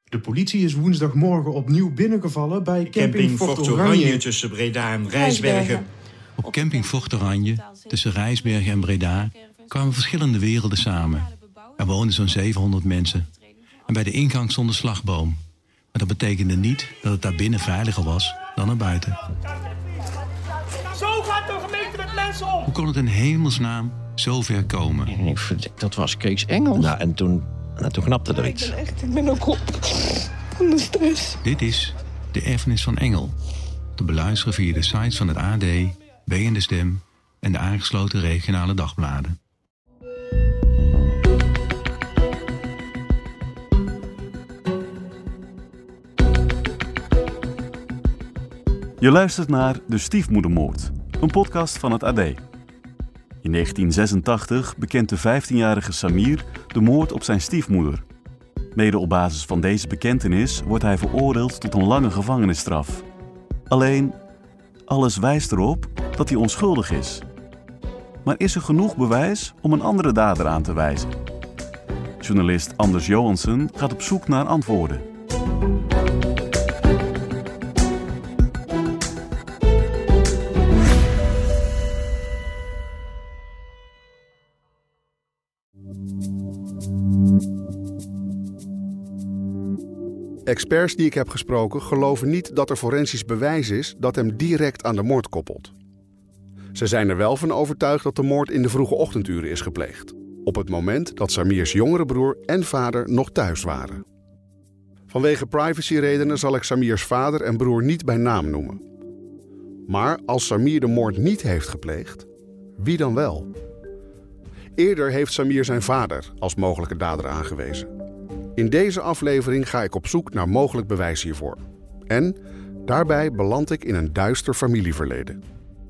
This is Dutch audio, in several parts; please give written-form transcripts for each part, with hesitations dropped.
De politie is woensdagmorgen opnieuw binnengevallen bij camping Fort Oranje tussen Breda en Rijsbergen. Op camping Fort Oranje, tussen Rijsbergen en Breda, kwamen verschillende werelden samen. Er woonden zo'n 700 mensen. En bij de ingang stond een slagboom. Maar dat betekende niet dat het daar binnen veiliger was dan naar buiten. Zo gaat de gemeente met mensen om! Hoe kon het in hemelsnaam zo ver komen? En dat was Kees Engels. Nou, en toen knapte er iets. Ik ben ook op van de stress. Dit is De Erfenis van Engel. Te beluisteren via de sites van het AD, BN De Stem en de aangesloten regionale dagbladen. Je luistert naar De Stiefmoedermoord, een podcast van het AD. In 1986 bekent de 15-jarige Samir de moord op zijn stiefmoeder. Mede op basis van deze bekentenis wordt hij veroordeeld tot een lange gevangenisstraf. Alleen, alles wijst erop dat hij onschuldig is. Maar is er genoeg bewijs om een andere dader aan te wijzen? Journalist Anders Johansen gaat op zoek naar antwoorden. Experts die ik heb gesproken geloven niet dat er forensisch bewijs is dat hem direct aan de moord koppelt. Ze zijn er wel van overtuigd dat de moord in de vroege ochtenduren is gepleegd. Op het moment dat Samirs jongere broer en vader nog thuis waren. Vanwege privacyredenen zal ik Samirs vader en broer niet bij naam noemen. Maar als Samir de moord niet heeft gepleegd, wie dan wel? Eerder heeft Samir zijn vader als mogelijke dader aangewezen. In deze aflevering ga ik op zoek naar mogelijk bewijs hiervoor. En daarbij beland ik in een duister familieverleden.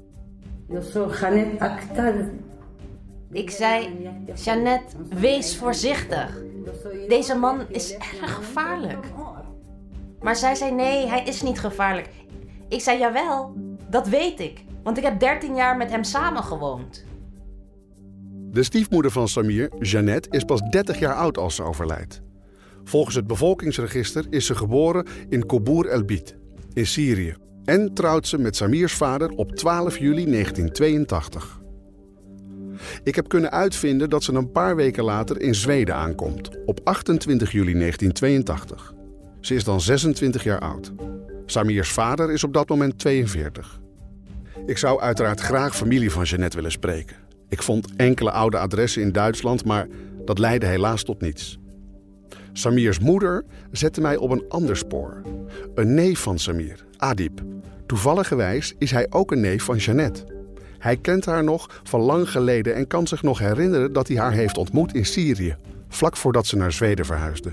Ik zei, Jeannette, wees voorzichtig. Deze man is erg gevaarlijk. Maar zij zei, nee, hij is niet gevaarlijk. Ik zei, jawel, dat weet ik. Want ik heb 13 jaar met hem samengewoond. De stiefmoeder van Samir, Jeannette, is pas 30 jaar oud als ze overlijdt. Volgens het bevolkingsregister is ze geboren in Kobour El-Bit, in Syrië. En trouwt ze met Samirs vader op 12 juli 1982. Ik heb kunnen uitvinden dat ze een paar weken later in Zweden aankomt, op 28 juli 1982. Ze is dan 26 jaar oud. Samirs vader is op dat moment 42. Ik zou uiteraard graag familie van Jeannette willen spreken. Ik vond enkele oude adressen in Duitsland, maar dat leidde helaas tot niets. Samirs moeder zette mij op een ander spoor. Een neef van Samir, Adib. Toevalligerwijs is hij ook een neef van Jeannette. Hij kent haar nog van lang geleden en kan zich nog herinneren dat hij haar heeft ontmoet in Syrië, vlak voordat ze naar Zweden verhuisde.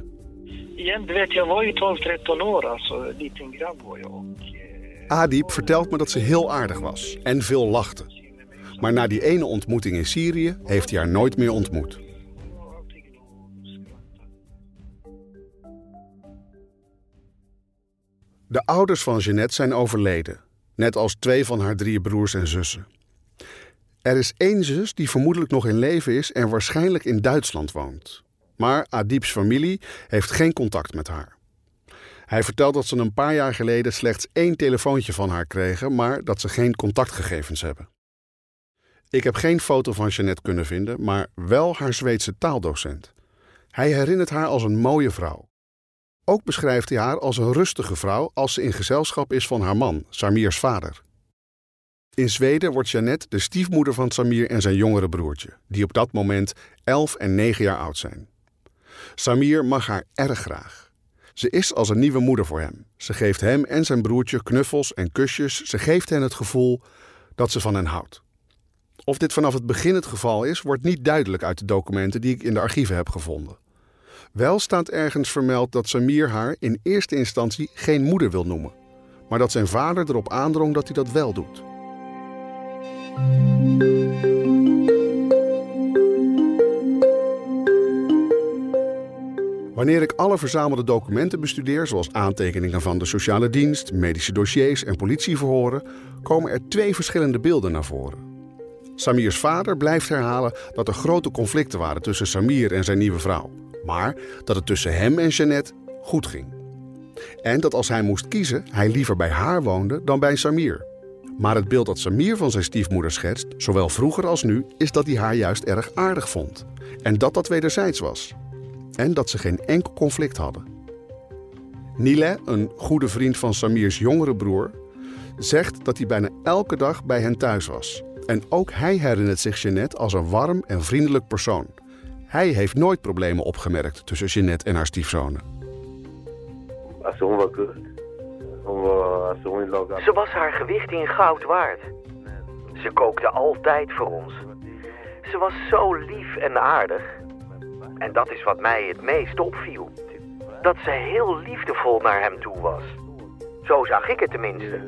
Adib vertelt me dat ze heel aardig was en veel lachte. Maar na die ene ontmoeting in Syrië heeft hij haar nooit meer ontmoet. De ouders van Jeannette zijn overleden, net als 2 van haar 3 broers en zussen. Er is 1 zus die vermoedelijk nog in leven is en waarschijnlijk in Duitsland woont. Maar Adib's familie heeft geen contact met haar. Hij vertelt dat ze een paar jaar geleden slechts 1 telefoontje van haar kregen, maar dat ze geen contactgegevens hebben. Ik heb geen foto van Jeannette kunnen vinden, maar wel haar Zweedse taaldocent. Hij herinnert haar als een mooie vrouw. Ook beschrijft hij haar als een rustige vrouw als ze in gezelschap is van haar man, Samirs vader. In Zweden wordt Jeannette de stiefmoeder van Samir en zijn jongere broertje, die op dat moment 11 en 9 jaar oud zijn. Samir mag haar erg graag. Ze is als een nieuwe moeder voor hem. Ze geeft hem en zijn broertje knuffels en kusjes. Ze geeft hen het gevoel dat ze van hen houdt. Of dit vanaf het begin het geval is, wordt niet duidelijk uit de documenten die ik in de archieven heb gevonden. Wel staat ergens vermeld dat Samir haar in eerste instantie geen moeder wil noemen, maar dat zijn vader erop aandrong dat hij dat wel doet. Wanneer ik alle verzamelde documenten bestudeer, zoals aantekeningen van de sociale dienst, medische dossiers en politieverhoren, komen er 2 verschillende beelden naar voren. Samirs vader blijft herhalen dat er grote conflicten waren tussen Samir en zijn nieuwe vrouw, maar dat het tussen hem en Jeannette goed ging. En dat als hij moest kiezen, hij liever bij haar woonde dan bij Samir. Maar het beeld dat Samir van zijn stiefmoeder schetst, zowel vroeger als nu, is dat hij haar juist erg aardig vond. En dat dat wederzijds was. En dat ze geen enkel conflict hadden. Nileh, een goede vriend van Samirs jongere broer, zegt dat hij bijna elke dag bij hen thuis was. En ook hij herinnert zich Jeanette als een warm en vriendelijk persoon. Hij heeft nooit problemen opgemerkt tussen Jeanette en haar stiefzonen. Ze was haar gewicht in goud waard. Ze kookte altijd voor ons. Ze was zo lief en aardig. En dat is wat mij het meest opviel. Dat ze heel liefdevol naar hem toe was. Zo zag ik het tenminste.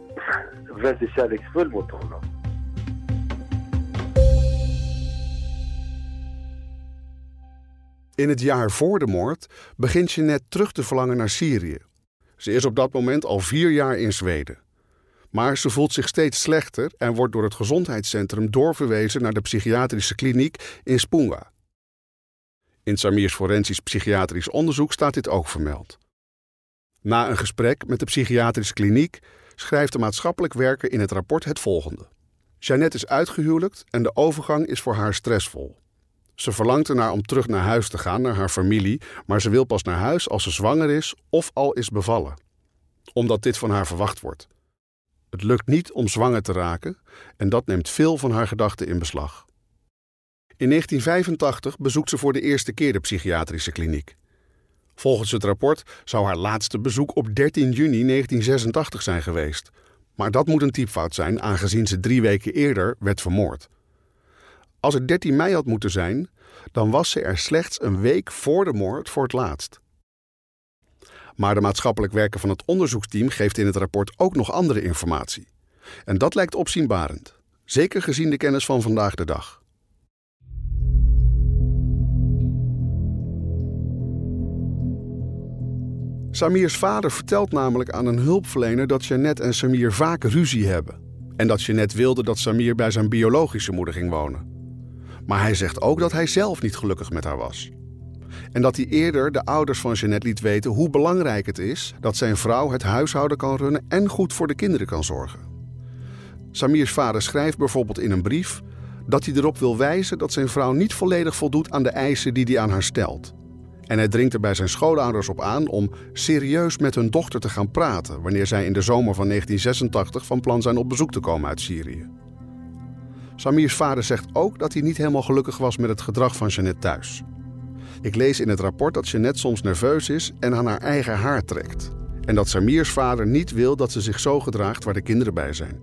In het jaar voor de moord begint Jeanette terug te verlangen naar Syrië. Ze is op dat moment al 4 jaar in Zweden. Maar ze voelt zich steeds slechter en wordt door het gezondheidscentrum doorverwezen naar de psychiatrische kliniek in Spunga. In Samirs forensisch psychiatrisch onderzoek staat dit ook vermeld. Na een gesprek met de psychiatrische kliniek schrijft de maatschappelijk werker in het rapport het volgende. Jeanette is uitgehuwelijkt en de overgang is voor haar stressvol. Ze verlangt ernaar om terug naar huis te gaan, naar haar familie, maar ze wil pas naar huis als ze zwanger is of al is bevallen. Omdat dit van haar verwacht wordt. Het lukt niet om zwanger te raken en dat neemt veel van haar gedachten in beslag. In 1985 bezoekt ze voor de eerste keer de psychiatrische kliniek. Volgens het rapport zou haar laatste bezoek op 13 juni 1986 zijn geweest. Maar dat moet een typfout zijn, aangezien ze 3 weken eerder werd vermoord. Als het 13 mei had moeten zijn, dan was ze er slechts een week voor de moord voor het laatst. Maar de maatschappelijk werker van het onderzoeksteam geeft in het rapport ook nog andere informatie. En dat lijkt opzienbarend, zeker gezien de kennis van vandaag de dag. Samirs vader vertelt namelijk aan een hulpverlener dat Jeanette en Samir vaak ruzie hebben. En dat Jeanette wilde dat Samir bij zijn biologische moeder ging wonen. Maar hij zegt ook dat hij zelf niet gelukkig met haar was. En dat hij eerder de ouders van Jeanette liet weten hoe belangrijk het is dat zijn vrouw het huishouden kan runnen en goed voor de kinderen kan zorgen. Samirs vader schrijft bijvoorbeeld in een brief dat hij erop wil wijzen dat zijn vrouw niet volledig voldoet aan de eisen die hij aan haar stelt. En hij dringt er bij zijn schoonouders op aan om serieus met hun dochter te gaan praten wanneer zij in de zomer van 1986 van plan zijn op bezoek te komen uit Syrië. Samirs vader zegt ook dat hij niet helemaal gelukkig was met het gedrag van Jeanette thuis. Ik lees in het rapport dat Jeanette soms nerveus is en aan haar eigen haar trekt. En dat Samirs vader niet wil dat ze zich zo gedraagt waar de kinderen bij zijn.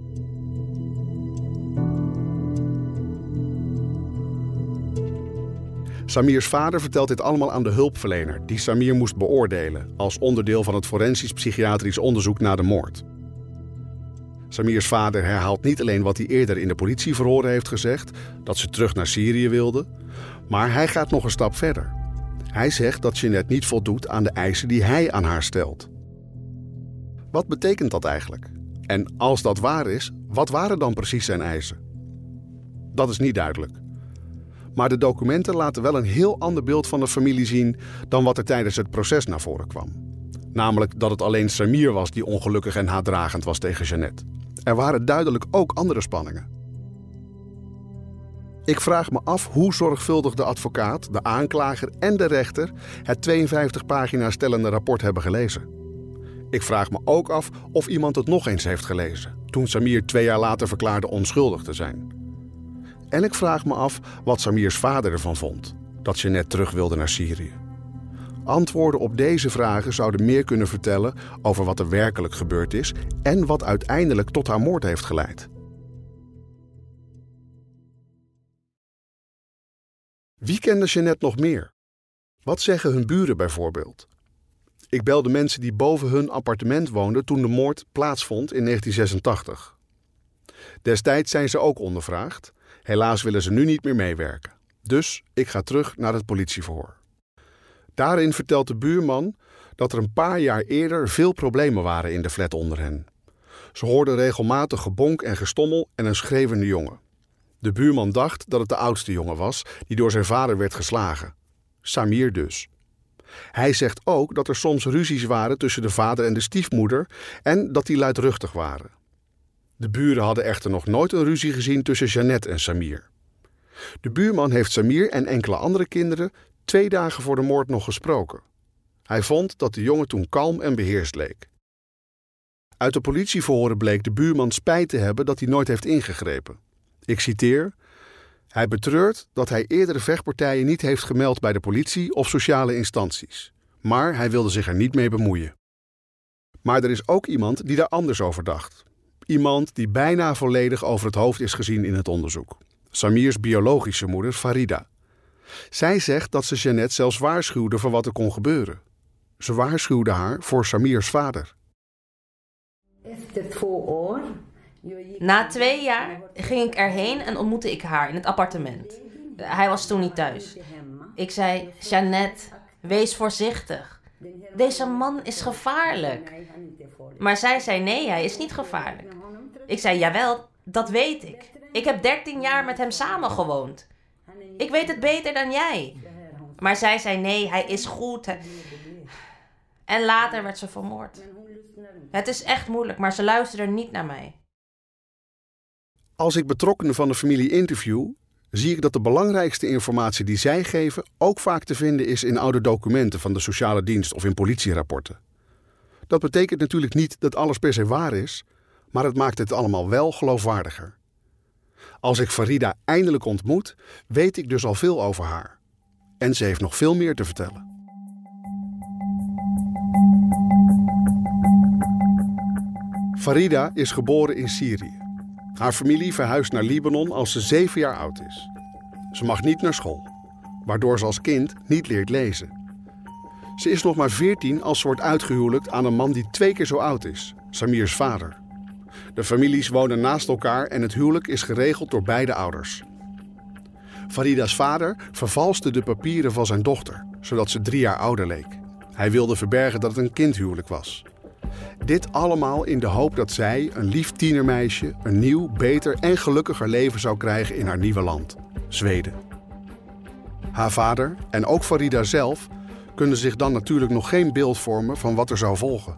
Samirs vader vertelt dit allemaal aan de hulpverlener die Samir moest beoordelen als onderdeel van het forensisch psychiatrisch onderzoek na de moord. Samirs vader herhaalt niet alleen wat hij eerder in de politieverhoren heeft gezegd, dat ze terug naar Syrië wilde, maar hij gaat nog een stap verder. Hij zegt dat Jeanette niet voldoet aan de eisen die hij aan haar stelt. Wat betekent dat eigenlijk? En als dat waar is, wat waren dan precies zijn eisen? Dat is niet duidelijk. Maar de documenten laten wel een heel ander beeld van de familie zien dan wat er tijdens het proces naar voren kwam. Namelijk dat het alleen Samir was die ongelukkig en haatdragend was tegen Jeanette. Er waren duidelijk ook andere spanningen. Ik vraag me af hoe zorgvuldig de advocaat, de aanklager en de rechter het 52 pagina's stellende rapport hebben gelezen. Ik vraag me ook af of iemand het nog eens heeft gelezen, toen Samir 2 jaar later verklaarde onschuldig te zijn. En ik vraag me af wat Samirs vader ervan vond, dat Jeanette terug wilde naar Syrië. Antwoorden op deze vragen zouden meer kunnen vertellen over wat er werkelijk gebeurd is en wat uiteindelijk tot haar moord heeft geleid. Wie kende Jeanette nog meer? Wat zeggen hun buren bijvoorbeeld? Ik belde mensen die boven hun appartement woonden toen de moord plaatsvond in 1986. Destijds zijn ze ook ondervraagd. Helaas willen ze nu niet meer meewerken. Dus ik ga terug naar het politieverhoor. Daarin vertelt de buurman dat er een paar jaar eerder veel problemen waren in de flat onder hen. Ze hoorden regelmatig gebonk en gestommel en een schreeuwende jongen. De buurman dacht dat het de oudste jongen was die door zijn vader werd geslagen. Samir dus. Hij zegt ook dat er soms ruzies waren tussen de vader en de stiefmoeder en dat die luidruchtig waren. De buren hadden echter nog nooit een ruzie gezien tussen Jeannette en Samir. De buurman heeft Samir en enkele andere kinderen 2 dagen voor de moord nog gesproken. Hij vond dat de jongen toen kalm en beheerst leek. Uit de politieverhoren bleek de buurman spijt te hebben dat hij nooit heeft ingegrepen. Ik citeer: hij betreurt dat hij eerdere vechtpartijen niet heeft gemeld bij de politie of sociale instanties. Maar hij wilde zich er niet mee bemoeien. Maar er is ook iemand die daar anders over dacht. Iemand die bijna volledig over het hoofd is gezien in het onderzoek. Samirs biologische moeder Farida. Zij zegt dat ze Jeannette zelfs waarschuwde voor wat er kon gebeuren. Ze waarschuwde haar voor Samirs vader. Na 2 jaar ging ik erheen en ontmoette ik haar in het appartement. Hij was toen niet thuis. Ik zei: Jeannette, wees voorzichtig. Deze man is gevaarlijk. Maar zij zei: nee, hij is niet gevaarlijk. Ik zei: jawel, dat weet ik. Ik heb 13 jaar met hem samengewoond. Ik weet het beter dan jij. Maar zij zei: nee, hij is goed. En later werd ze vermoord. Het is echt moeilijk, maar ze luisterde niet naar mij. Als ik betrokkenen van de familie interview, zie ik dat de belangrijkste informatie die zij geven ook vaak te vinden is in oude documenten van de sociale dienst of in politierapporten. Dat betekent natuurlijk niet dat alles per se waar is, maar het maakt het allemaal wel geloofwaardiger. Als ik Farida eindelijk ontmoet, weet ik dus al veel over haar. En ze heeft nog veel meer te vertellen. Farida is geboren in Syrië. Haar familie verhuist naar Libanon als ze 7 jaar oud is. Ze mag niet naar school, waardoor ze als kind niet leert lezen. Ze is nog maar 14 als ze wordt uitgehuwelijkt aan een man die 2 keer zo oud is, Samirs vader. De families wonen naast elkaar en het huwelijk is geregeld door beide ouders. Farida's vader vervalste de papieren van zijn dochter, zodat ze 3 jaar ouder leek. Hij wilde verbergen dat het een kindhuwelijk was. Dit allemaal in de hoop dat zij, een lief tienermeisje, een nieuw, beter en gelukkiger leven zou krijgen in haar nieuwe land, Zweden. Haar vader en ook Farida zelf kunnen zich dan natuurlijk nog geen beeld vormen van wat er zou volgen.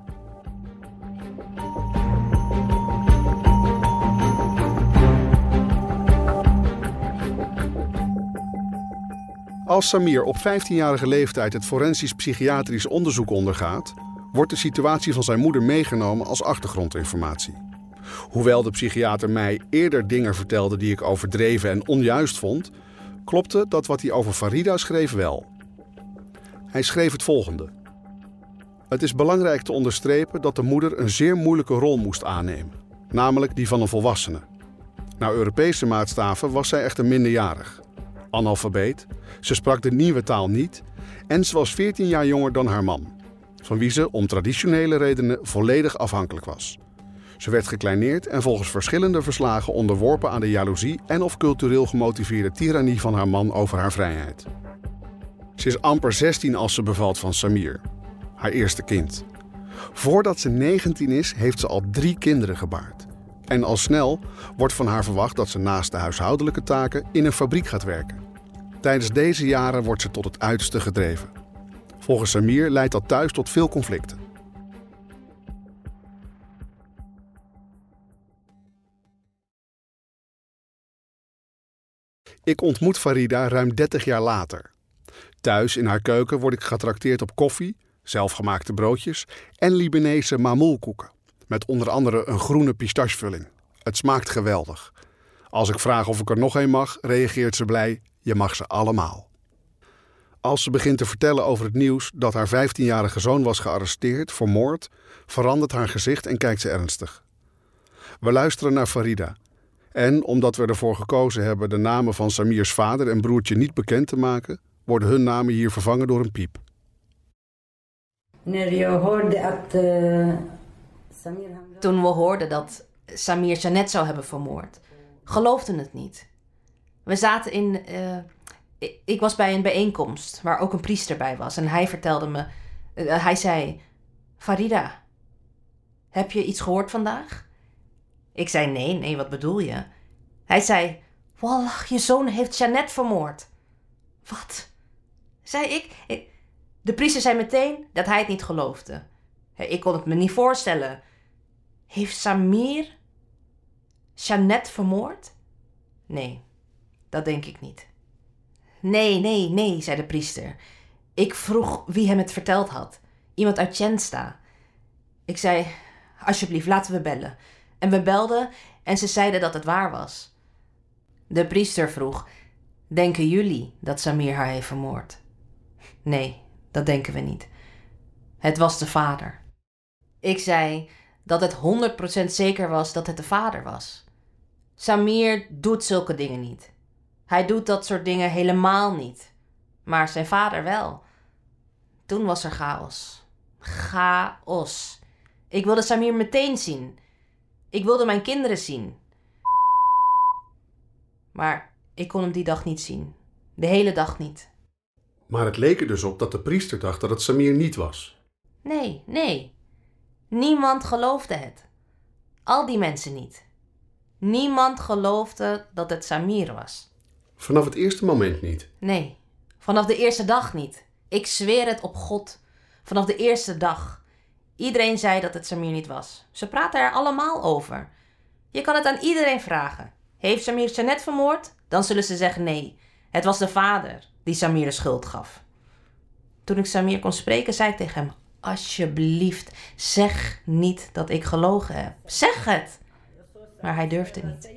Als Samir op 15-jarige leeftijd het forensisch psychiatrisch onderzoek ondergaat, wordt de situatie van zijn moeder meegenomen als achtergrondinformatie. Hoewel de psychiater mij eerder dingen vertelde die ik overdreven en onjuist vond, klopte dat wat hij over Farida schreef wel. Hij schreef het volgende. Het is belangrijk te onderstrepen dat de moeder een zeer moeilijke rol moest aannemen, namelijk die van een volwassene. Naar Europese maatstaven was zij echter minderjarig. Analfabeet, ze sprak de nieuwe taal niet en ze was 14 jaar jonger dan haar man, van wie ze om traditionele redenen volledig afhankelijk was. Ze werd gekleineerd en volgens verschillende verslagen onderworpen aan de jaloezie en of cultureel gemotiveerde tirannie van haar man over haar vrijheid. Ze is amper 16 als ze bevalt van Samir, haar eerste kind. Voordat ze 19 is, heeft ze al 3 kinderen gebaard. En al snel wordt van haar verwacht dat ze naast de huishoudelijke taken in een fabriek gaat werken. Tijdens deze jaren wordt ze tot het uiterste gedreven. Volgens Samir leidt dat thuis tot veel conflicten. Ik ontmoet Farida ruim 30 jaar later. Thuis in haar keuken word ik getrakteerd op koffie, zelfgemaakte broodjes en Libanese mamoulkoeken. Met onder andere een groene pistachevulling. Het smaakt geweldig. Als ik vraag of ik er nog een mag, reageert ze blij: je mag ze allemaal. Als ze begint te vertellen over het nieuws dat haar 15-jarige zoon was gearresteerd voor moord, verandert haar gezicht en kijkt ze ernstig. We luisteren naar Farida. En omdat we ervoor gekozen hebben de namen van Samirs vader en broertje niet bekend te maken, worden hun namen hier vervangen door een piep. Toen we hoorden dat Samir Jeannette zou hebben vermoord, geloofden het niet. We zaten in... Ik was bij een bijeenkomst waar ook een priester bij was. En hij vertelde me... hij zei... Farida, heb je iets gehoord vandaag? Ik zei nee, wat bedoel je? Hij zei... Wallah, je zoon heeft Jeannette vermoord. Wat? Zei ik... De priester zei meteen dat hij het niet geloofde. Ik kon het me niet voorstellen. Heeft Samir Jeannette vermoord? Nee, dat denk ik niet. Nee, zei de priester. Ik vroeg wie hem het verteld had. Iemand uit Tjensta. Ik zei, alsjeblieft, laten we bellen. En we belden en ze zeiden dat het waar was. De priester vroeg, denken jullie dat Samir haar heeft vermoord? Nee, dat denken we niet. Het was de vader. Ik zei dat het 100% zeker was dat het de vader was. Samir doet zulke dingen niet. Hij doet dat soort dingen helemaal niet. Maar zijn vader wel. Toen was er chaos. Chaos. Ik wilde Samir meteen zien. Ik wilde mijn kinderen zien. Maar ik kon hem die dag niet zien. De hele dag niet. Maar het leek er dus op dat de priester dacht dat het Samir niet was. Nee. Niemand geloofde het. Al die mensen niet. Niemand geloofde dat het Samir was. Vanaf het eerste moment niet? Nee, vanaf de eerste dag niet. Ik zweer het op God. Vanaf de eerste dag. Iedereen zei dat het Samir niet was. Ze praten er allemaal over. Je kan het aan iedereen vragen. Heeft Samir Jeannette vermoord? Dan zullen ze zeggen nee. Het was de vader die Samir de schuld gaf. Toen ik Samir kon spreken, zei ik tegen hem, alsjeblieft, zeg niet dat ik gelogen heb. Zeg het! Maar hij durfde niet.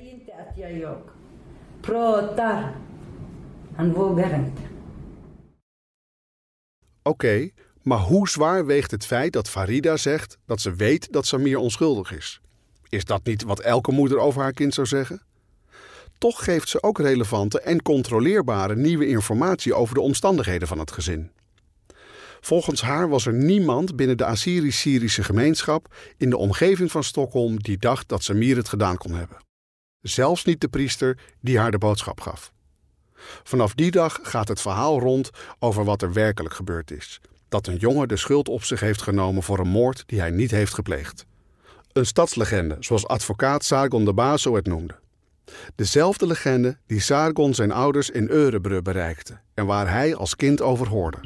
Oké, maar hoe zwaar weegt het feit dat Farida zegt dat ze weet dat Samir onschuldig is? Is dat niet wat elke moeder over haar kind zou zeggen? Toch geeft ze ook relevante en controleerbare nieuwe informatie over de omstandigheden van het gezin. Volgens haar was er niemand binnen de Assyrisch-Syrische gemeenschap in de omgeving van Stockholm die dacht dat Samir het gedaan kon hebben. Zelfs niet de priester die haar de boodschap gaf. Vanaf die dag gaat het verhaal rond over wat er werkelijk gebeurd is. Dat een jongen de schuld op zich heeft genomen voor een moord die hij niet heeft gepleegd. Een stadslegende, zoals advocaat Sargon de Baso het noemde. Dezelfde legende die Sargon zijn ouders in Örebro bereikte en waar hij als kind over hoorde.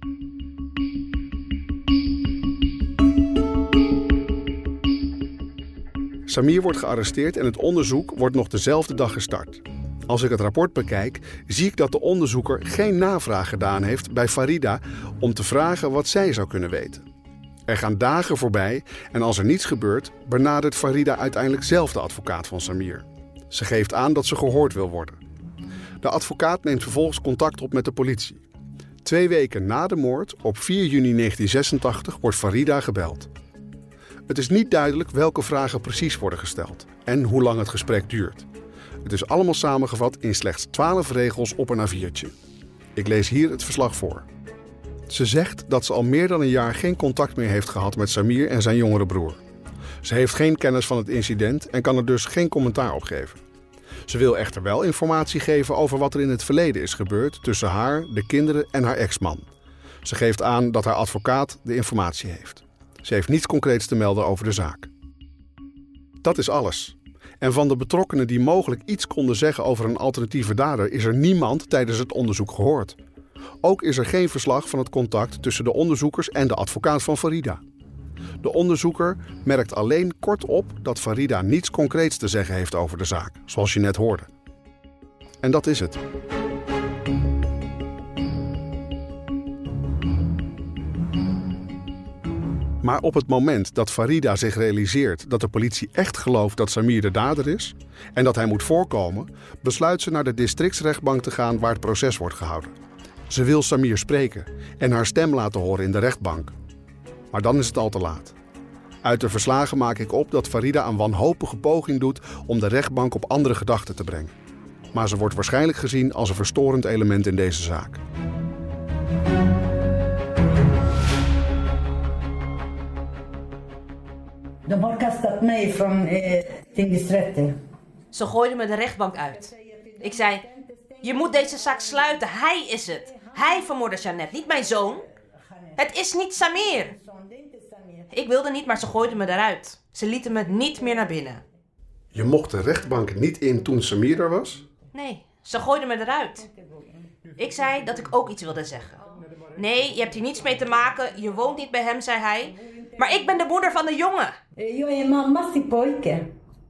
Samir wordt gearresteerd en het onderzoek wordt nog dezelfde dag gestart. Als ik het rapport bekijk, zie ik dat de onderzoeker geen navraag gedaan heeft bij Farida om te vragen wat zij zou kunnen weten. Er gaan dagen voorbij en als er niets gebeurt, benadert Farida uiteindelijk zelf de advocaat van Samir. Ze geeft aan dat ze gehoord wil worden. De advocaat neemt vervolgens contact op met de politie. 2 weken na de moord, op 4 juni 1986, wordt Farida gebeld. Het is niet duidelijk welke vragen precies worden gesteld en hoe lang het gesprek duurt. Het is allemaal samengevat in slechts 12 regels op een A4'tje. Ik lees hier het verslag voor. Ze zegt dat ze al meer dan een jaar geen contact meer heeft gehad met Samir en zijn jongere broer. Ze heeft geen kennis van het incident en kan er dus geen commentaar op geven. Ze wil echter wel informatie geven over wat er in het verleden is gebeurd tussen haar, de kinderen en haar ex-man. Ze geeft aan dat haar advocaat de informatie heeft. Ze heeft niets concreets te melden over de zaak. Dat is alles. En van de betrokkenen die mogelijk iets konden zeggen over een alternatieve dader is er niemand tijdens het onderzoek gehoord. Ook is er geen verslag van het contact tussen de onderzoekers en de advocaat van Farida. De onderzoeker merkt alleen kort op dat Farida niets concreets te zeggen heeft over de zaak, zoals je net hoorde. En dat is het. Maar op het moment dat Farida zich realiseert dat de politie echt gelooft dat Samir de dader is en dat hij moet voorkomen, besluit ze naar de districtsrechtbank te gaan waar het proces wordt gehouden. Ze wil Samir spreken en haar stem laten horen in de rechtbank. Maar dan is het al te laat. Uit de verslagen maak ik op dat Farida een wanhopige poging doet om de rechtbank op andere gedachten te brengen. Maar ze wordt waarschijnlijk gezien als een verstorend element in deze zaak. De har kastat mij van tingsrätten. Ze gooiden me de rechtbank uit. Ik zei, je moet deze zaak sluiten. Hij is het. Hij vermoordde Jeannette, niet mijn zoon. Het is niet Samir. Ik wilde niet, maar ze gooiden me eruit. Ze lieten me niet meer naar binnen. Je mocht de rechtbank niet in toen Samir er was? Nee, ze gooiden me eruit. Ik zei dat ik ook iets wilde zeggen. Nee, je hebt hier niets mee te maken. Je woont niet bij hem, zei hij. Maar ik ben de moeder van de jongen. Io e mamma si poiché.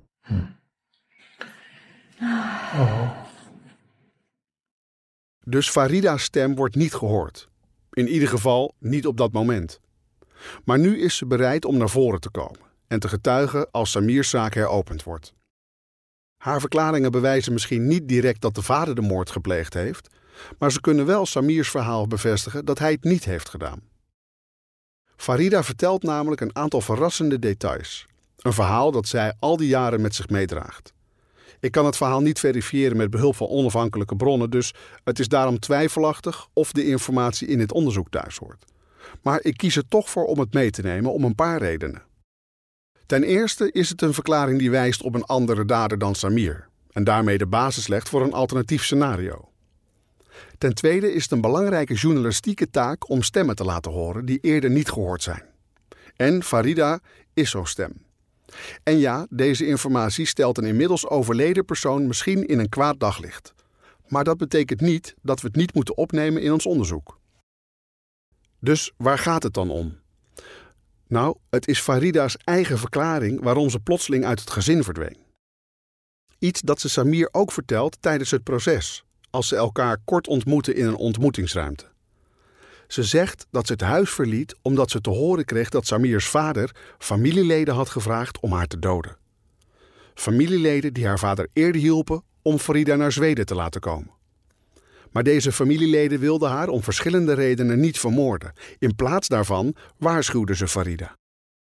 Dus Farida's stem wordt niet gehoord. In ieder geval niet op dat moment. Maar nu is ze bereid om naar voren te komen en te getuigen als Samir's zaak heropend wordt. Haar verklaringen bewijzen misschien niet direct dat de vader de moord gepleegd heeft, maar ze kunnen wel Samir's verhaal bevestigen dat hij het niet heeft gedaan. Farida vertelt namelijk een aantal verrassende details. Een verhaal dat zij al die jaren met zich meedraagt. Ik kan het verhaal niet verifiëren met behulp van onafhankelijke bronnen, dus het is daarom twijfelachtig of de informatie in dit onderzoek thuis hoort. Maar ik kies er toch voor om het mee te nemen om een paar redenen. Ten eerste is het een verklaring die wijst op een andere dader dan Samir en daarmee de basis legt voor een alternatief scenario. Ten tweede is het een belangrijke journalistieke taak om stemmen te laten horen die eerder niet gehoord zijn. En Farida is zo'n stem. En ja, deze informatie stelt een inmiddels overleden persoon misschien in een kwaad daglicht. Maar dat betekent niet dat we het niet moeten opnemen in ons onderzoek. Dus waar gaat het dan om? Nou, het is Farida's eigen verklaring waarom ze plotseling uit het gezin verdween. Iets dat ze Samir ook vertelt tijdens het proces, als ze elkaar kort ontmoeten in een ontmoetingsruimte. Ze zegt dat ze het huis verliet omdat ze te horen kreeg dat Samir's vader familieleden had gevraagd om haar te doden. Familieleden die haar vader eerder hielpen om Farida naar Zweden te laten komen. Maar deze familieleden wilden haar om verschillende redenen niet vermoorden. In plaats daarvan waarschuwden ze Farida.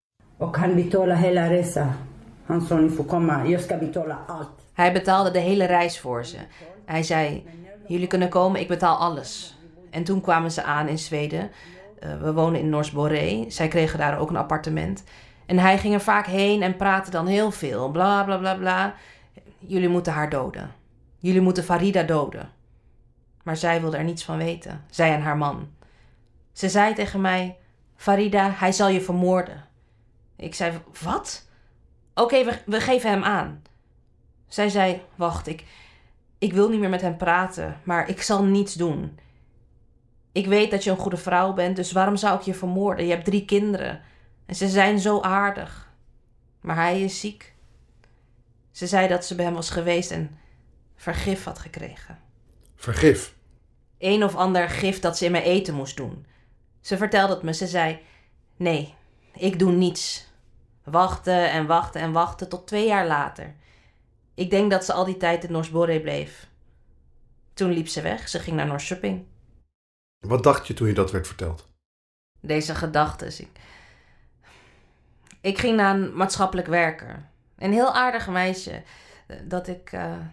Hij betaalde de hele reis voor ze. Hij zei, jullie kunnen komen, ik betaal alles. En toen kwamen ze aan in Zweden. We wonen in Norsborg. Zij kregen daar ook een appartement. En hij ging er vaak heen en praatte dan heel veel. Bla, bla, bla, bla. Jullie moeten haar doden. Jullie moeten Farida doden. Maar zij wilde er niets van weten. Zij en haar man. Ze zei tegen mij, Farida, hij zal je vermoorden. Ik zei, wat? Oké, we geven hem aan. Zij zei, wacht, ik wil niet meer met hem praten, maar ik zal niets doen. Ik weet dat je een goede vrouw bent, dus waarom zou ik je vermoorden? Je hebt 3 kinderen en ze zijn zo aardig. Maar hij is ziek. Ze zei dat ze bij hem was geweest en vergif had gekregen. Vergif? Een of ander gif dat ze in mijn eten moest doen. Ze vertelde het me. Ze zei, nee, ik doe niets. Wachten en wachten en wachten tot 2 jaar later. Ik denk dat ze al die tijd in Norsborg bleef. Toen liep ze weg. Ze ging naar Norrköping. Wat dacht je toen je dat werd verteld? Deze gedachtes. Ik ging naar een maatschappelijk werker. Een heel aardig meisje. Dat ik...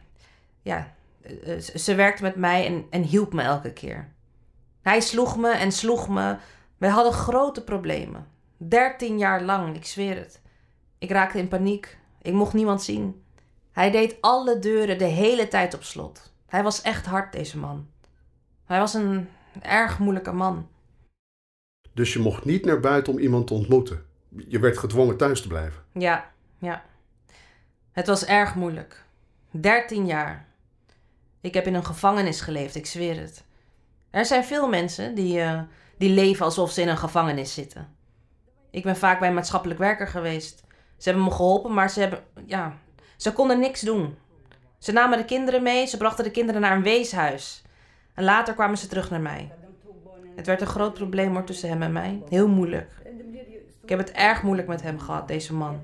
ze werkte met mij en hielp me elke keer. Hij sloeg me en sloeg me. Wij hadden grote problemen. 13 jaar lang, ik zweer het. Ik raakte in paniek. Ik mocht niemand zien. Hij deed alle deuren de hele tijd op slot. Hij was echt hard, deze man. Hij was een erg moeilijke man. Dus je mocht niet naar buiten om iemand te ontmoeten? Je werd gedwongen thuis te blijven? Ja. Het was erg moeilijk. 13 jaar. Ik heb in een gevangenis geleefd, ik zweer het. Er zijn veel mensen die leven alsof ze in een gevangenis zitten. Ik ben vaak bij een maatschappelijk werker geweest. Ze hebben me geholpen, maar ze konden niks doen. Ze namen de kinderen mee, ze brachten de kinderen naar een weeshuis. En later kwamen ze terug naar mij. Het werd een groot probleem hoor, tussen hem en mij. Heel moeilijk. Ik heb het erg moeilijk met hem gehad, deze man.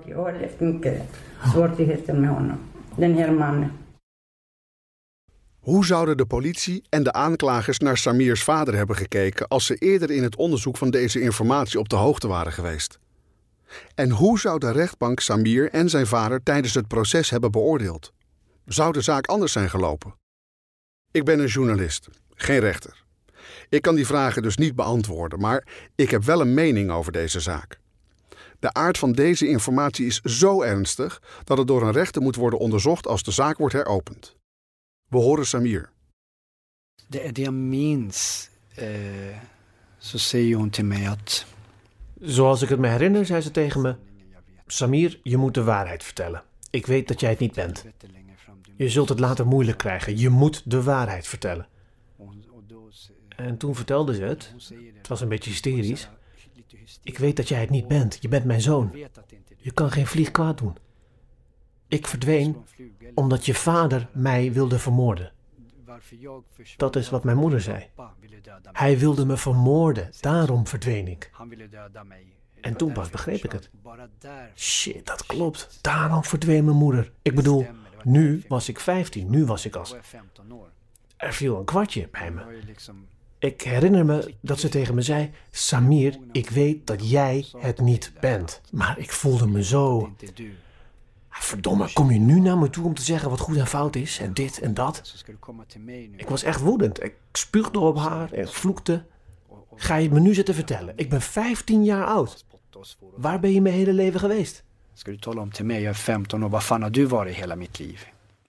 Hoe zouden de politie en de aanklagers naar Samir's vader hebben gekeken als ze eerder in het onderzoek van deze informatie op de hoogte waren geweest? En hoe zou de rechtbank Samir en zijn vader tijdens het proces hebben beoordeeld? Zou de zaak anders zijn gelopen? Ik ben een journalist, geen rechter. Ik kan die vragen dus niet beantwoorden, maar ik heb wel een mening over deze zaak. De aard van deze informatie is zo ernstig dat het door een rechter moet worden onderzocht als de zaak wordt heropend. We horen Samir. Det jag minns så säger hon till mig att... Zoals ik het me herinner, zei ze tegen me... Samir, je moet de waarheid vertellen. Ik weet dat jij het niet bent. Je zult het later moeilijk krijgen. Je moet de waarheid vertellen. En toen vertelde ze het. Het was een beetje hysterisch. Ik weet dat jij het niet bent. Je bent mijn zoon. Je kan geen vlieg kwaad doen. Ik verdween omdat je vader mij wilde vermoorden. Dat is wat mijn moeder zei. Hij wilde me vermoorden. Daarom verdween ik. En toen pas begreep ik het. Shit, dat klopt. Daarom verdween mijn moeder. Ik bedoel, nu was ik 15. Nu was ik als... Er viel een kwartje bij me. Ik herinner me dat ze tegen me zei... Samir, ik weet dat jij het niet bent. Maar ik voelde me zo... Verdomme, kom je nu naar me toe om te zeggen wat goed en fout is? En dit en dat? Ik was echt woedend. Ik spuugde op haar en vloekte. Ga je het me nu zitten vertellen? Ik ben 15 jaar oud. Waar ben je mijn hele leven geweest? Ska du tala om till mig, jag är 15 och vad fan har du varit hela mitt liv?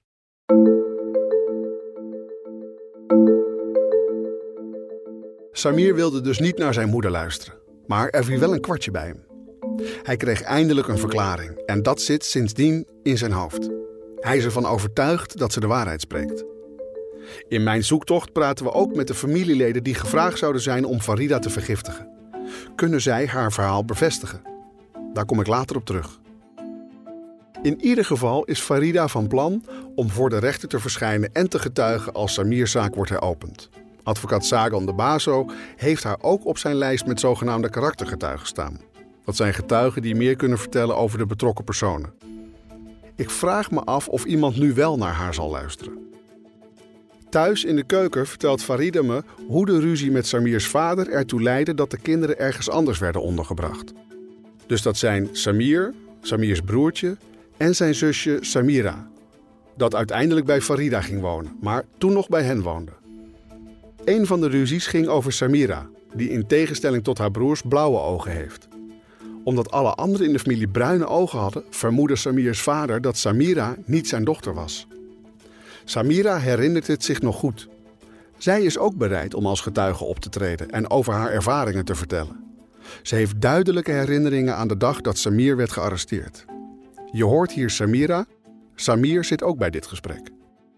Samir wilde dus niet naar zijn moeder luisteren. Maar er viel wel een kwartje bij hem. Hij kreeg eindelijk een verklaring en dat zit sindsdien in zijn hoofd. Hij is ervan overtuigd dat ze de waarheid spreekt. In mijn zoektocht praten we ook met de familieleden die gevraagd zouden zijn om Farida te vergiftigen. Kunnen zij haar verhaal bevestigen? Daar kom ik later op terug. In ieder geval is Farida van plan om voor de rechter te verschijnen en te getuigen als Samir's zaak wordt heropend. Advocaat Sagan de Baso heeft haar ook op zijn lijst met zogenaamde karaktergetuigen staan. Dat zijn getuigen die meer kunnen vertellen over de betrokken personen. Ik vraag me af of iemand nu wel naar haar zal luisteren. Thuis in de keuken vertelt Farida me hoe de ruzie met Samir's vader ertoe leidde dat de kinderen ergens anders werden ondergebracht. Dus dat zijn Samir, Samir's broertje en zijn zusje Samira. Dat uiteindelijk bij Farida ging wonen, maar toen nog bij hen woonde. Een van de ruzies ging over Samira, die in tegenstelling tot haar broers blauwe ogen heeft. Omdat alle anderen in de familie bruine ogen hadden, vermoedde Samir's vader dat Samira niet zijn dochter was. Samira herinnert het zich nog goed. Zij is ook bereid om als getuige op te treden en over haar ervaringen te vertellen. Ze heeft duidelijke herinneringen aan de dag dat Samir werd gearresteerd. Je hoort hier Samira. Samir zit ook bij dit gesprek.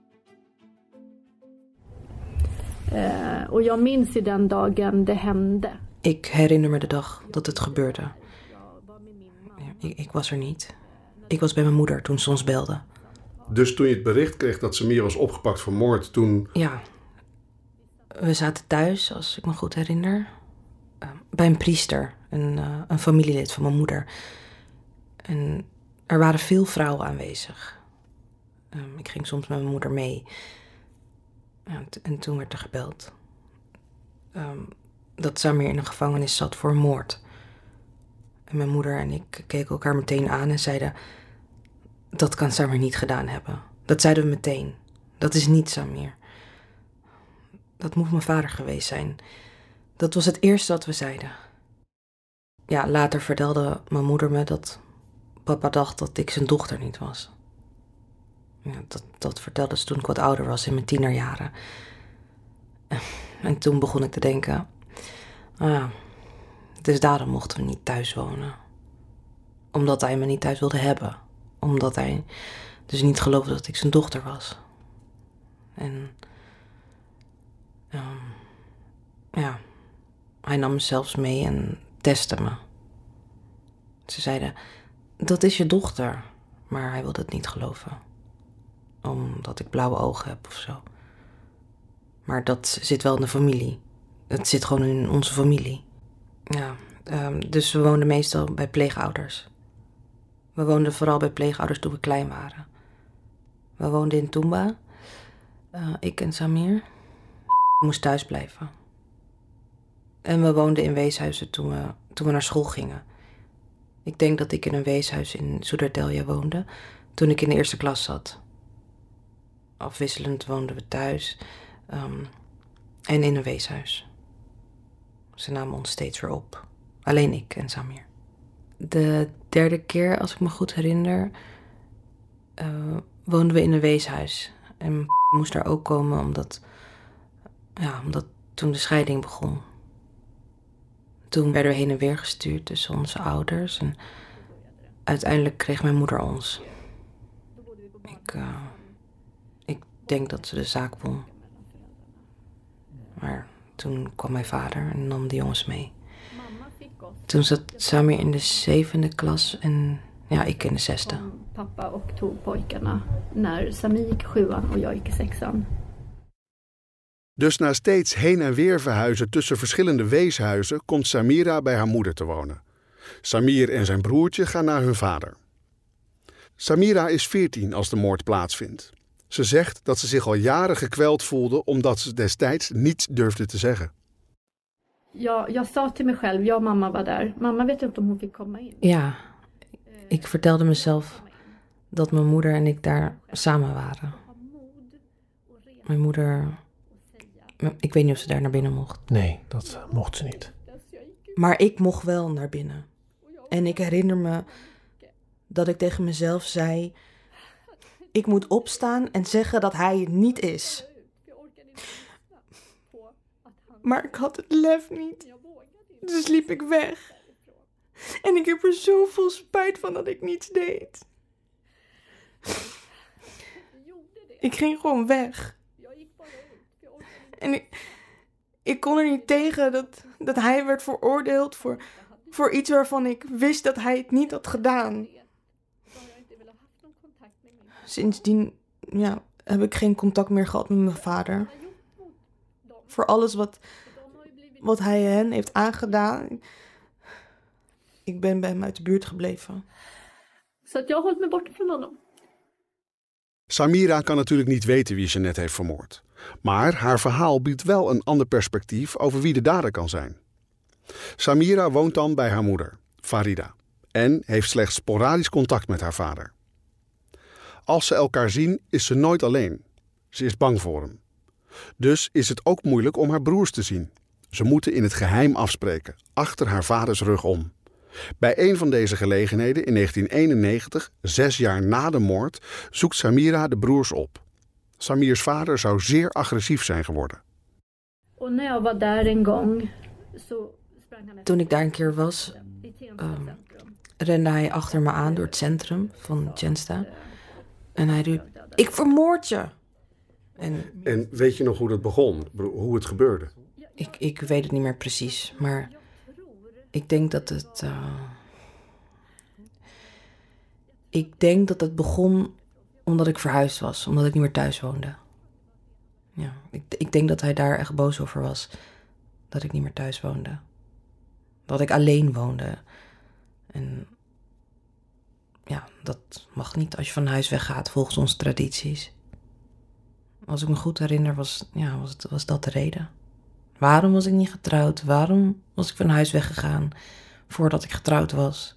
Och jag minns ju den dagen det hände. Ik herinner me de dag dat het gebeurde. Ik was er niet. Ik was bij mijn moeder toen ze ons belde. Dus toen je het bericht kreeg dat Samir was opgepakt voor moord, toen... Ja. We zaten thuis, als ik me goed herinner. Bij een priester, een familielid van mijn moeder. En er waren veel vrouwen aanwezig. Ik ging soms met mijn moeder mee. En toen werd er gebeld. Dat Samir in een gevangenis zat voor moord. En mijn moeder en ik keken elkaar meteen aan en zeiden... Dat kan Samir niet gedaan hebben. Dat zeiden we meteen. Dat is niet Samir. Dat moet mijn vader geweest zijn. Dat was het eerste wat we zeiden. Ja, later vertelde mijn moeder me dat papa dacht dat ik zijn dochter niet was. Ja, dat vertelde ze toen ik wat ouder was, in mijn tienerjaren. En toen begon ik te denken... dus daarom mochten we niet thuis wonen. Omdat hij me niet thuis wilde hebben. Omdat hij dus niet geloofde dat ik zijn dochter was. En... ja, hij nam me zelfs mee en testte me. Ze zeiden, dat is je dochter. Maar hij wilde het niet geloven. Omdat ik blauwe ogen heb of zo. Maar dat zit wel in de familie. Het zit gewoon in onze familie. Ja, dus we woonden meestal bij pleegouders. We woonden vooral bij pleegouders toen we klein waren. We woonden in Toumba. Ik en Samir. Ik moest thuis blijven. En we woonden in weeshuizen toen we naar school gingen. Ik denk dat ik in een weeshuis in Soedartelje woonde toen ik in de eerste klas zat. Afwisselend woonden we thuis en in een weeshuis. Ze namen ons steeds weer op. Alleen ik en Samir. De derde keer, als ik me goed herinner, woonden we in een weeshuis. En moest daar ook komen omdat toen de scheiding begon. Toen werden we heen en weer gestuurd tussen onze ouders. En uiteindelijk kreeg mijn moeder ons. Ik denk dat ze de zaak won. Maar Toen kwam mijn vader en nam de jongens mee. Toen zat Samir in de 7e klas en ja, ik in de 6e. Pappa och tog pojkarna när Samir gick 7:an och jag gick i 6:an. Dus na steeds heen en weer verhuizen tussen verschillende weeshuizen komt Samira bij haar moeder te wonen. Samir en zijn broertje gaan naar hun vader. Samira is 14 als de moord plaatsvindt. Ze zegt dat ze zich al jaren gekweld voelde omdat ze destijds niets durfde te zeggen. Ja, jag sa till mig själv, ja, mamma var där. Mamma vet inte om hon fick komma in. Ja, ik vertelde mezelf dat mijn moeder en ik daar samen waren. Mijn moeder, ik weet niet of ze daar naar binnen mocht. Nee, dat mocht ze niet. Maar ik mocht wel naar binnen. En ik herinner me dat ik tegen mezelf zei, ik moet opstaan en zeggen dat hij het niet is. Maar ik had het lef niet. Dus liep ik weg. En ik heb er zoveel spijt van dat ik niets deed. Ik ging gewoon weg. En ik kon er niet tegen dat hij werd veroordeeld voor iets waarvan ik wist dat hij het niet had gedaan. Sindsdien heb ik geen contact meer gehad met mijn vader. Voor alles wat hij hen heeft aangedaan. Ik ben bij hem uit de buurt gebleven. Så jag hållit me bort från honom. Samira kan natuurlijk niet weten wie Jeanette heeft vermoord. Maar haar verhaal biedt wel een ander perspectief over wie de dader kan zijn. Samira woont dan bij haar moeder, Farida, en heeft slechts sporadisch contact met haar vader. Als ze elkaar zien, is ze nooit alleen. Ze is bang voor hem. Dus is het ook moeilijk om haar broers te zien. Ze moeten in het geheim afspreken, achter haar vaders rug om. Bij een van deze gelegenheden in 1991, 6 jaar na de moord, zoekt Samira de broers op. Samirs vader zou zeer agressief zijn geworden. Toen ik daar een keer was, rende hij achter me aan door het centrum van Tjensta. En hij riep, ik vermoord je! En weet je nog hoe dat begon? Hoe het gebeurde? Ik weet het niet meer precies, maar ik denk dat het... Ik denk dat het begon omdat ik verhuisd was, omdat ik niet meer thuis woonde. Ja, ik denk dat hij daar echt boos over was, dat ik niet meer thuis woonde. Dat ik alleen woonde. En ja, dat mag niet als je van huis weggaat volgens onze tradities. Als ik me goed herinner was dat de reden. Waarom was ik niet getrouwd? Waarom was ik van huis weggegaan voordat ik getrouwd was?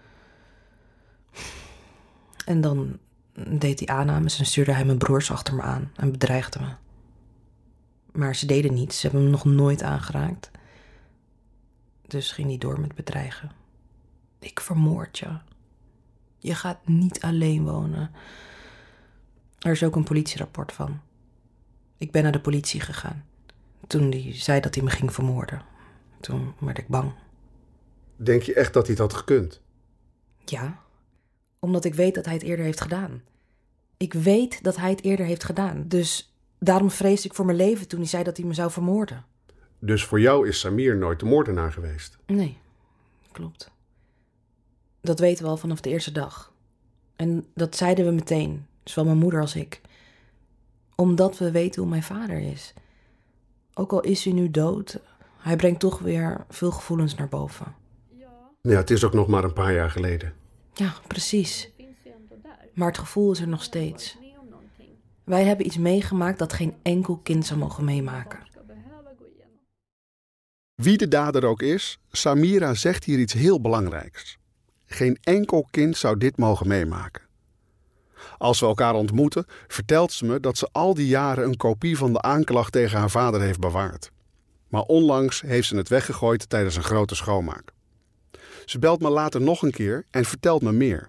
En dan deed hij aannames en stuurde hij mijn broers achter me aan en bedreigde me. Maar ze deden niets, ze hebben me nog nooit aangeraakt. Dus ging hij door met bedreigen. Ik vermoord je. Je gaat niet alleen wonen. Er is ook een politierapport van. Ik ben naar de politie gegaan. Toen hij zei dat hij me ging vermoorden. Toen werd ik bang. Denk je echt dat hij het had gekund? Ja, omdat ik weet dat hij het eerder heeft gedaan. Ik weet dat hij het eerder heeft gedaan. Dus daarom vreesde ik voor mijn leven toen hij zei dat hij me zou vermoorden. Dus voor jou is Samir nooit de moordenaar geweest? Nee, klopt. Dat weten we al vanaf de eerste dag. En dat zeiden we meteen, zowel mijn moeder als ik. Omdat we weten hoe mijn vader is. Ook al is hij nu dood, hij brengt toch weer veel gevoelens naar boven. Ja, het is ook nog maar een paar jaar geleden. Ja, precies. Maar het gevoel is er nog steeds. Wij hebben iets meegemaakt dat geen enkel kind zou mogen meemaken. Wie de dader ook is, Samira zegt hier iets heel belangrijks. Geen enkel kind zou dit mogen meemaken. Als we elkaar ontmoeten, vertelt ze me dat ze al die jaren een kopie van de aanklacht tegen haar vader heeft bewaard. Maar onlangs heeft ze het weggegooid tijdens een grote schoonmaak. Ze belt me later nog een keer en vertelt me meer.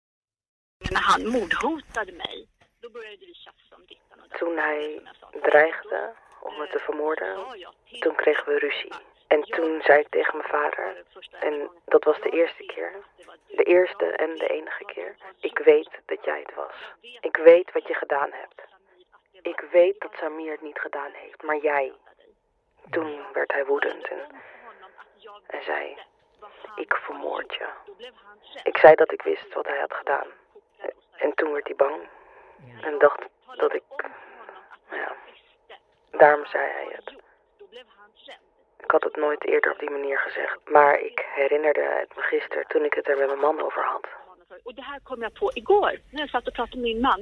Toen hij dreigde om me te vermoorden, toen kregen we ruzie. En toen zei ik tegen mijn vader, en dat was de eerste keer, de eerste en de enige keer, ik weet dat jij het was. Ik weet wat je gedaan hebt. Ik weet dat Samir het niet gedaan heeft, maar Toen werd hij woedend en zei, ik vermoord je. Ik zei dat ik wist wat hij had gedaan. En toen werd hij bang en dacht dat ik... Ja, daarom zei hij het. Ik had het nooit eerder op die manier gezegd, maar ik herinnerde het me gisteren toen ik het er met mijn man over had. Och det här kom jag på igår när jag satt och pratade med min man.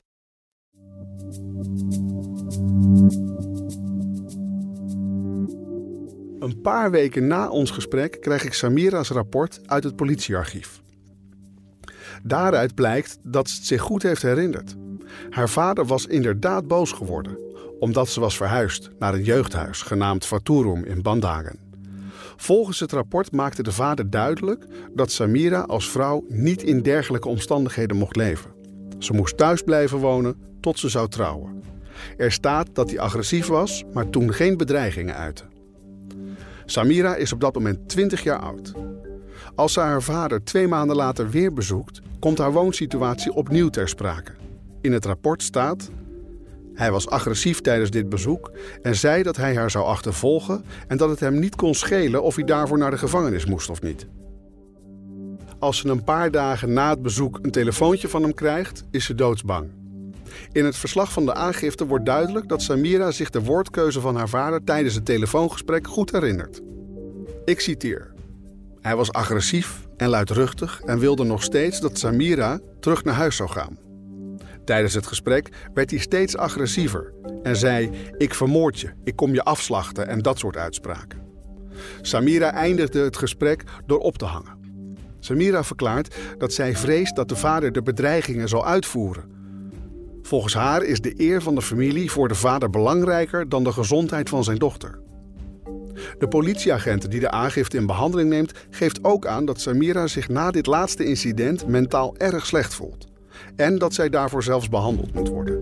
Een paar weken na ons gesprek krijg ik Samira's rapport uit het politiearchief. Daaruit blijkt dat ze het zich goed heeft herinnerd. Haar vader was inderdaad boos geworden, omdat ze was verhuisd naar een jeugdhuis genaamd Faturum in Bandhagen. Volgens het rapport maakte de vader duidelijk dat Samira als vrouw niet in dergelijke omstandigheden mocht leven. Ze moest thuis blijven wonen tot ze zou trouwen. Er staat dat hij agressief was, maar toen geen bedreigingen uitte. Samira is op dat moment 20 jaar oud. Als ze haar vader 2 maanden later weer bezoekt, komt haar woonsituatie opnieuw ter sprake. In het rapport staat: hij was agressief tijdens dit bezoek en zei dat hij haar zou achtervolgen en dat het hem niet kon schelen of hij daarvoor naar de gevangenis moest of niet. Als ze een paar dagen na het bezoek een telefoontje van hem krijgt, is ze doodsbang. In het verslag van de aangifte wordt duidelijk dat Samira zich de woordkeuze van haar vader tijdens het telefoongesprek goed herinnert. Ik citeer: hij was agressief en luidruchtig en wilde nog steeds dat Samira terug naar huis zou gaan. Tijdens het gesprek werd hij steeds agressiever en zei: ik vermoord je, ik kom je afslachten en dat soort uitspraken. Samira eindigde het gesprek door op te hangen. Samira verklaart dat zij vreest dat de vader de bedreigingen zal uitvoeren. Volgens haar is de eer van de familie voor de vader belangrijker dan de gezondheid van zijn dochter. De politieagent die de aangifte in behandeling neemt, geeft ook aan dat Samira zich na dit laatste incident mentaal erg slecht voelt. En dat zij daarvoor zelfs behandeld moet worden.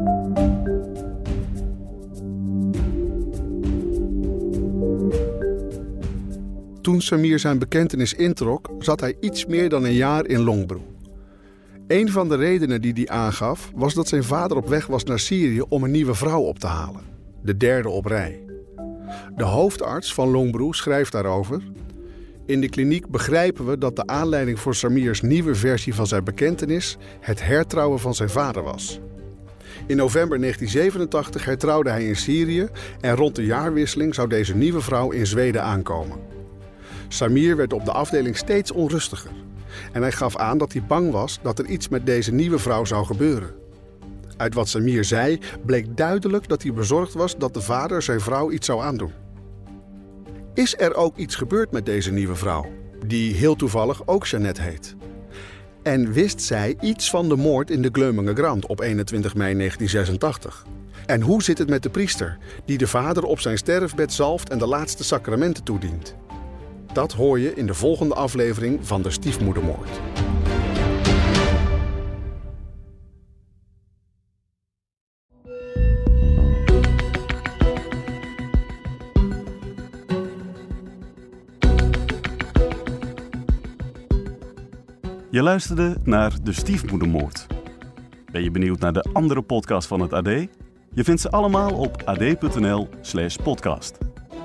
Toen Samir zijn bekentenis introk, zat hij iets meer dan een jaar in Longbroe. Een van de redenen die hij aangaf, was dat zijn vader op weg was naar Syrië om een nieuwe vrouw op te halen. De 3e op rij. De hoofdarts van Longbroe schrijft daarover: in de kliniek begrijpen we dat de aanleiding voor Samirs nieuwe versie van zijn bekentenis het hertrouwen van zijn vader was. In november 1987 hertrouwde hij in Syrië en rond de jaarwisseling zou deze nieuwe vrouw in Zweden aankomen. Samir werd op de afdeling steeds onrustiger en hij gaf aan dat hij bang was dat er iets met deze nieuwe vrouw zou gebeuren. Uit wat Samir zei bleek duidelijk dat hij bezorgd was dat de vader zijn vrouw iets zou aandoen. Is er ook iets gebeurd met deze nieuwe vrouw, die heel toevallig ook Jeannette heet? En wist zij iets van de moord in de Glömingegrand op 21 mei 1986? En hoe zit het met de priester, die de vader op zijn sterfbed zalft en de laatste sacramenten toedient? Dat hoor je in de volgende aflevering van de Stiefmoedermoord. Je luisterde naar De Stiefmoedermoord. Ben je benieuwd naar de andere podcast van het AD? Je vindt ze allemaal op ad.nl/podcast.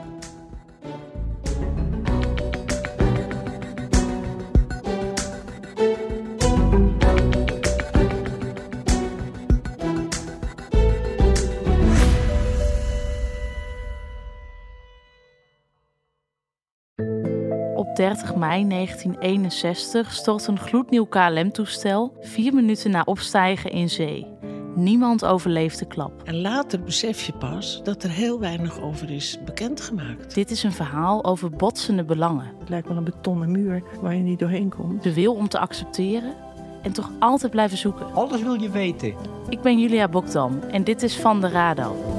Op 30 mei 1961 stort een gloednieuw KLM-toestel 4 minuten na opstijgen in zee. Niemand overleeft de klap. En later besef je pas dat er heel weinig over is bekendgemaakt. Dit is een verhaal over botsende belangen. Het lijkt wel een betonnen muur waar je niet doorheen komt. De wil om te accepteren en toch altijd blijven zoeken. Alles wil je weten. Ik ben Julia Bokdam en dit is Van de Radar.